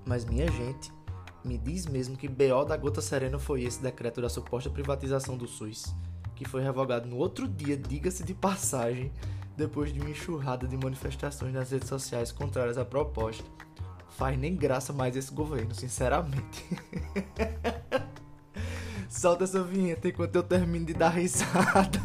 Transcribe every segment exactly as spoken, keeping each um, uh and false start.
Mas, minha gente, me diz mesmo que B O da gota serena foi esse decreto da suposta privatização do SUS, que foi revogado no outro dia, diga-se de passagem, depois de uma enxurrada de manifestações nas redes sociais contrárias à proposta. Faz nem graça mais esse governo, sinceramente. Solta essa vinheta enquanto eu termino de dar risada.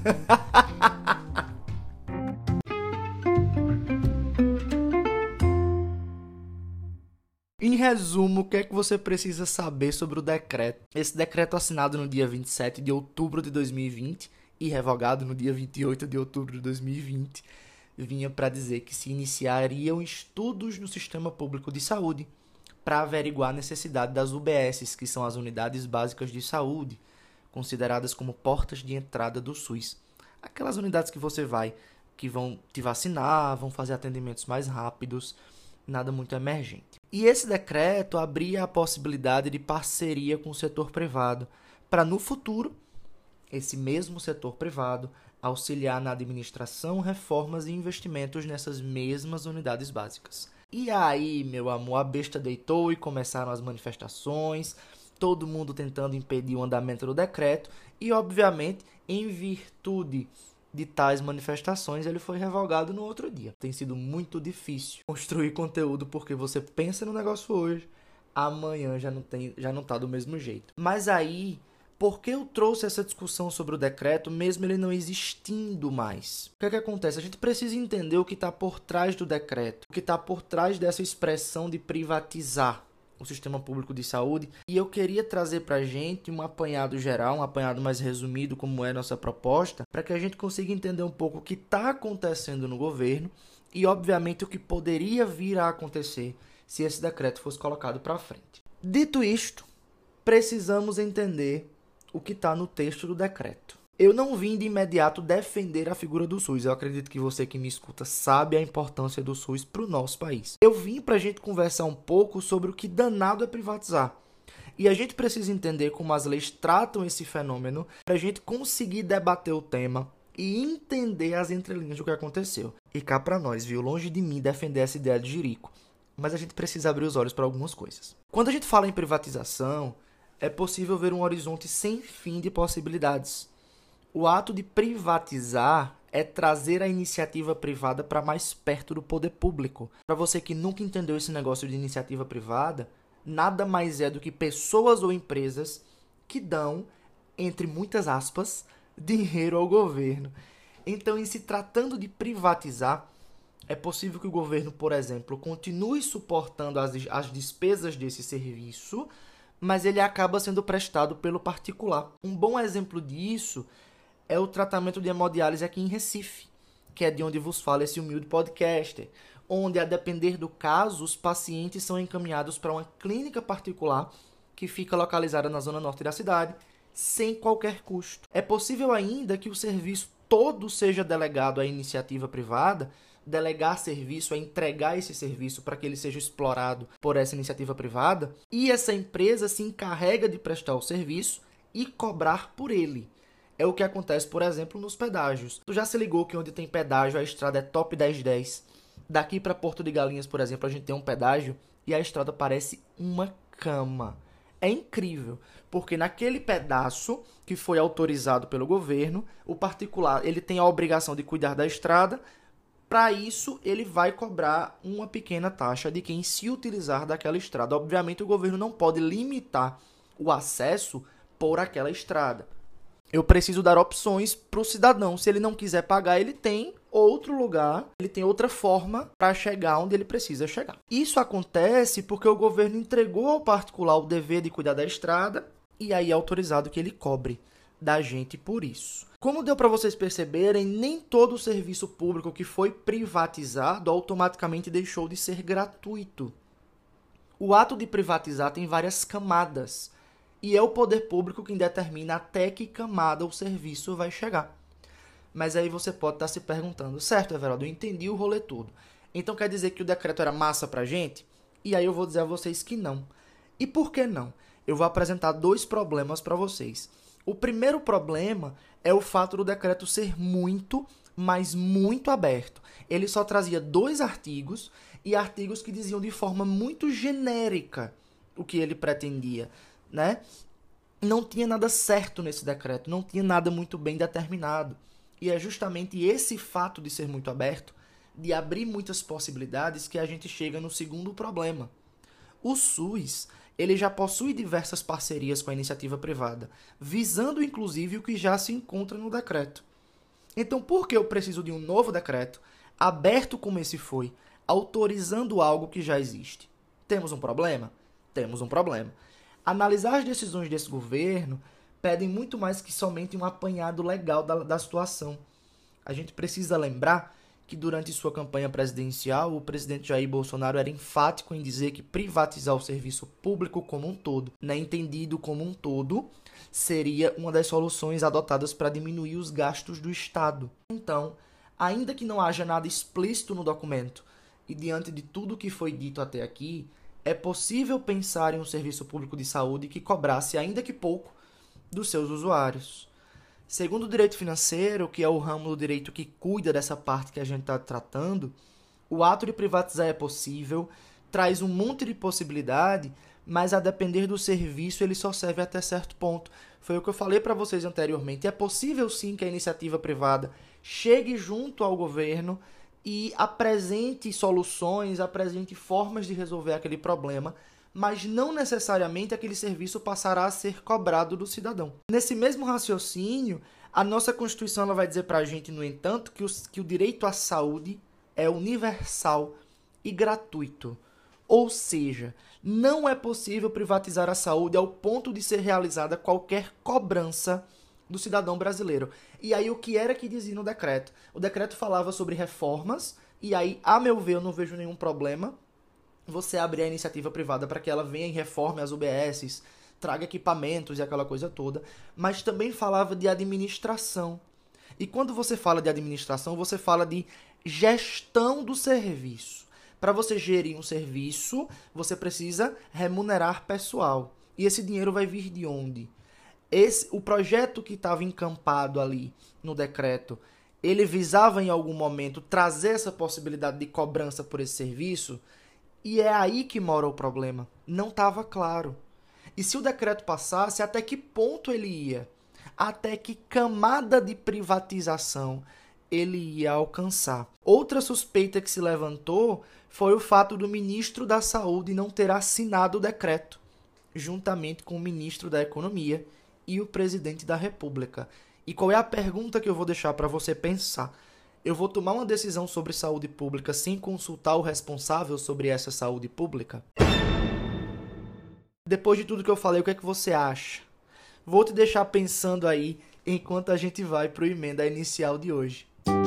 Em resumo, o que é que você precisa saber sobre o decreto? Esse decreto assinado no dia vinte e sete de outubro de dois mil e vinte e revogado no dia vinte e oito de outubro de dois mil e vinte, vinha para dizer que se iniciariam estudos no sistema público de saúde para averiguar a necessidade das U B Ss, que são as unidades básicas de saúde, consideradas como portas de entrada do SUS. Aquelas unidades que você vai, que vão te vacinar, vão fazer atendimentos mais rápidos, nada muito emergente. E esse decreto abria a possibilidade de parceria com o setor privado, para no futuro, esse mesmo setor privado auxiliar na administração, reformas e investimentos nessas mesmas unidades básicas. E aí, meu amor, a besta deitou e começaram as manifestações, todo mundo tentando impedir o andamento do decreto e, obviamente, em virtude de tais manifestações, ele foi revogado no outro dia. Tem sido muito difícil construir conteúdo porque você pensa no negócio hoje, amanhã já não tem, já não tá do mesmo jeito. Mas aí, por que eu trouxe essa discussão sobre o decreto, mesmo ele não existindo mais? O que é que acontece? A gente precisa entender o que está por trás do decreto, o que está por trás dessa expressão de privatizar o sistema público de saúde, e eu queria trazer para a gente um apanhado geral, um apanhado mais resumido, como é a nossa proposta, para que a gente consiga entender um pouco o que está acontecendo no governo e, obviamente, o que poderia vir a acontecer se esse decreto fosse colocado para frente. Dito isto, precisamos entender o que está no texto do decreto. Eu não vim de imediato defender a figura do SUS. Eu acredito que você que me escuta sabe a importância do SUS para o nosso país. Eu vim para a gente conversar um pouco sobre o que danado é privatizar. E a gente precisa entender como as leis tratam esse fenômeno para a gente conseguir debater o tema e entender as entrelinhas do que aconteceu. E cá para nós, viu? Longe de mim defender essa ideia de jirico. Mas a gente precisa abrir os olhos para algumas coisas. Quando a gente fala em privatização, é possível ver um horizonte sem fim de possibilidades. O ato de privatizar é trazer a iniciativa privada para mais perto do poder público. Para você que nunca entendeu esse negócio de iniciativa privada, nada mais é do que pessoas ou empresas que dão, entre muitas aspas, dinheiro ao governo. Então, em se tratando de privatizar, é possível que o governo, por exemplo, continue suportando as, as despesas desse serviço, mas ele acaba sendo prestado pelo particular. Um bom exemplo disso é o tratamento de hemodiálise aqui em Recife, que é de onde vos fala esse humilde podcaster, onde, a depender do caso, os pacientes são encaminhados para uma clínica particular que fica localizada na zona norte da cidade, sem qualquer custo. É possível ainda que o serviço todo seja delegado à iniciativa privada, delegar serviço, a entregar esse serviço para que ele seja explorado por essa iniciativa privada, e essa empresa se encarrega de prestar o serviço e cobrar por ele. É o que acontece, por exemplo, nos pedágios. Tu já se ligou que onde tem pedágio a estrada é top dez dez? Daqui para Porto de Galinhas, por exemplo, a gente tem um pedágio e a estrada parece uma cama. É incrível, porque naquele pedaço que foi autorizado pelo governo, o particular ele tem a obrigação de cuidar da estrada. Para isso, ele vai cobrar uma pequena taxa de quem se utilizar daquela estrada. Obviamente, o governo não pode limitar o acesso por aquela estrada. Eu preciso dar opções para o cidadão. Se ele não quiser pagar, ele tem outro lugar, ele tem outra forma para chegar onde ele precisa chegar. Isso acontece porque o governo entregou ao particular o dever de cuidar da estrada e aí é autorizado que ele cobre da gente por isso. Como deu para vocês perceberem, nem todo o serviço público que foi privatizado automaticamente deixou de ser gratuito. O ato de privatizar tem várias camadas. E é o poder público quem determina até que camada o serviço vai chegar. Mas aí você pode estar se perguntando, certo, Everaldo, eu entendi o rolê todo. Então quer dizer que o decreto era massa pra gente? E aí eu vou dizer a vocês que não. E por que não? Eu vou apresentar dois problemas para vocês. O primeiro problema é o fato do decreto ser muito, mas muito aberto. Ele só trazia dois artigos e artigos que diziam de forma muito genérica o que ele pretendia, né? Não tinha nada certo nesse decreto, não tinha nada muito bem determinado. E é justamente esse fato de ser muito aberto, de abrir muitas possibilidades, que a gente chega no segundo problema. O SUS, ele já possui diversas parcerias com a iniciativa privada, visando inclusive o que já se encontra no decreto. Então, por que eu preciso de um novo decreto, aberto como esse foi, autorizando algo que já existe? Temos um problema? Temos um problema. Analisar as decisões desse governo pedem muito mais que somente um apanhado legal da, da situação. A gente precisa lembrar que durante sua campanha presidencial, o presidente Jair Bolsonaro era enfático em dizer que privatizar o serviço público como um todo, né, entendido como um todo, seria uma das soluções adotadas para diminuir os gastos do Estado. Então, ainda que não haja nada explícito no documento, e diante de tudo que foi dito até aqui, é possível pensar em um serviço público de saúde que cobrasse, ainda que pouco, dos seus usuários. Segundo o direito financeiro, que é o ramo do direito que cuida dessa parte que a gente está tratando, o ato de privatizar é possível, traz um monte de possibilidade, mas a depender do serviço ele só serve até certo ponto. Foi o que eu falei para vocês anteriormente. É possível sim que a iniciativa privada chegue junto ao governo e apresente soluções, apresente formas de resolver aquele problema, mas não necessariamente aquele serviço passará a ser cobrado do cidadão. Nesse mesmo raciocínio, a nossa Constituição ela vai dizer para a gente, no entanto, que, os, que o direito à saúde é universal e gratuito. Ou seja, não é possível privatizar a saúde ao ponto de ser realizada qualquer cobrança do cidadão brasileiro. E aí o que era que dizia no decreto? O decreto falava sobre reformas, e aí, a meu ver, eu não vejo nenhum problema você abrir a iniciativa privada para que ela venha e reforme as U B Ss, traga equipamentos e aquela coisa toda, mas também falava de administração. E quando você fala de administração, você fala de gestão do serviço. Para você gerir um serviço, você precisa remunerar pessoal. E esse dinheiro vai vir de onde? Esse, o projeto que estava encampado ali no decreto, ele visava em algum momento trazer essa possibilidade de cobrança por esse serviço? E é aí que mora o problema. Não estava claro. E se o decreto passasse, até que ponto ele ia? Até que camada de privatização ele ia alcançar? Outra suspeita que se levantou foi o fato do ministro da Saúde não ter assinado o decreto, juntamente com o ministro da Economia e o presidente da República. E qual é a pergunta que eu vou deixar para você pensar? Eu vou tomar uma decisão sobre saúde pública sem consultar o responsável sobre essa saúde pública? Depois de tudo que eu falei, o que é que você acha? Vou te deixar pensando aí enquanto a gente vai para o emenda inicial de hoje.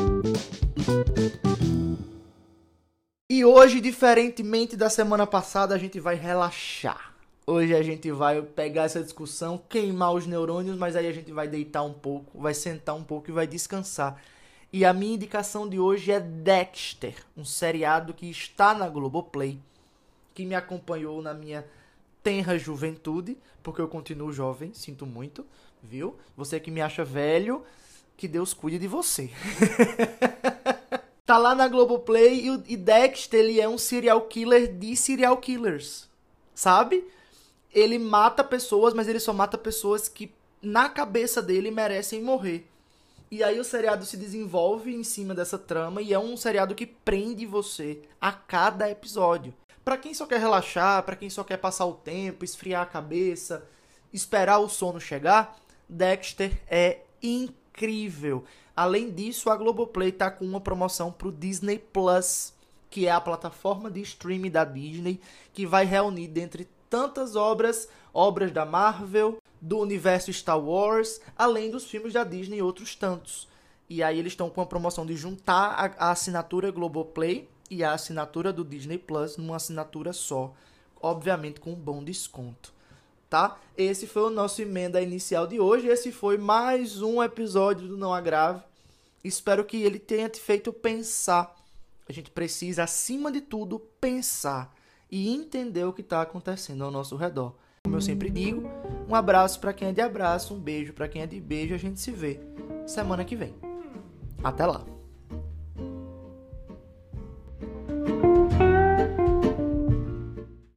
E hoje, diferentemente da semana passada, a gente vai relaxar. Hoje a gente vai pegar essa discussão, queimar os neurônios, mas aí a gente vai deitar um pouco, vai sentar um pouco e vai descansar. E a minha indicação de hoje é Dexter, um seriado que está na Globoplay, que me acompanhou na minha tenra juventude, porque eu continuo jovem, sinto muito, viu? Você que me acha velho, que Deus cuide de você. Tá lá na Globoplay e, e Dexter, ele é um serial killer de serial killers, sabe? Ele mata pessoas, mas ele só mata pessoas que, na cabeça dele, merecem morrer. E aí o seriado se desenvolve em cima dessa trama e é um seriado que prende você a cada episódio. Pra quem só quer relaxar, pra quem só quer passar o tempo, esfriar a cabeça, esperar o sono chegar, Dexter é incrível. Além disso, a Globoplay tá com uma promoção pro Disney Plus, que é a plataforma de streaming da Disney, que vai reunir dentre tantas obras, obras da Marvel, do universo Star Wars, além dos filmes da Disney e outros tantos. E aí eles estão com a promoção de juntar a, a assinatura Globoplay e a assinatura do Disney Plus numa assinatura só, obviamente com um bom desconto, tá? Esse foi o nosso emenda inicial de hoje, esse foi mais um episódio do Não Agrave. Espero que ele tenha te feito pensar. A gente precisa, acima de tudo, pensar e entender o que está acontecendo ao nosso redor. Como eu sempre digo, um abraço para quem é de abraço, um beijo para quem é de beijo, a gente se vê semana que vem. Até lá!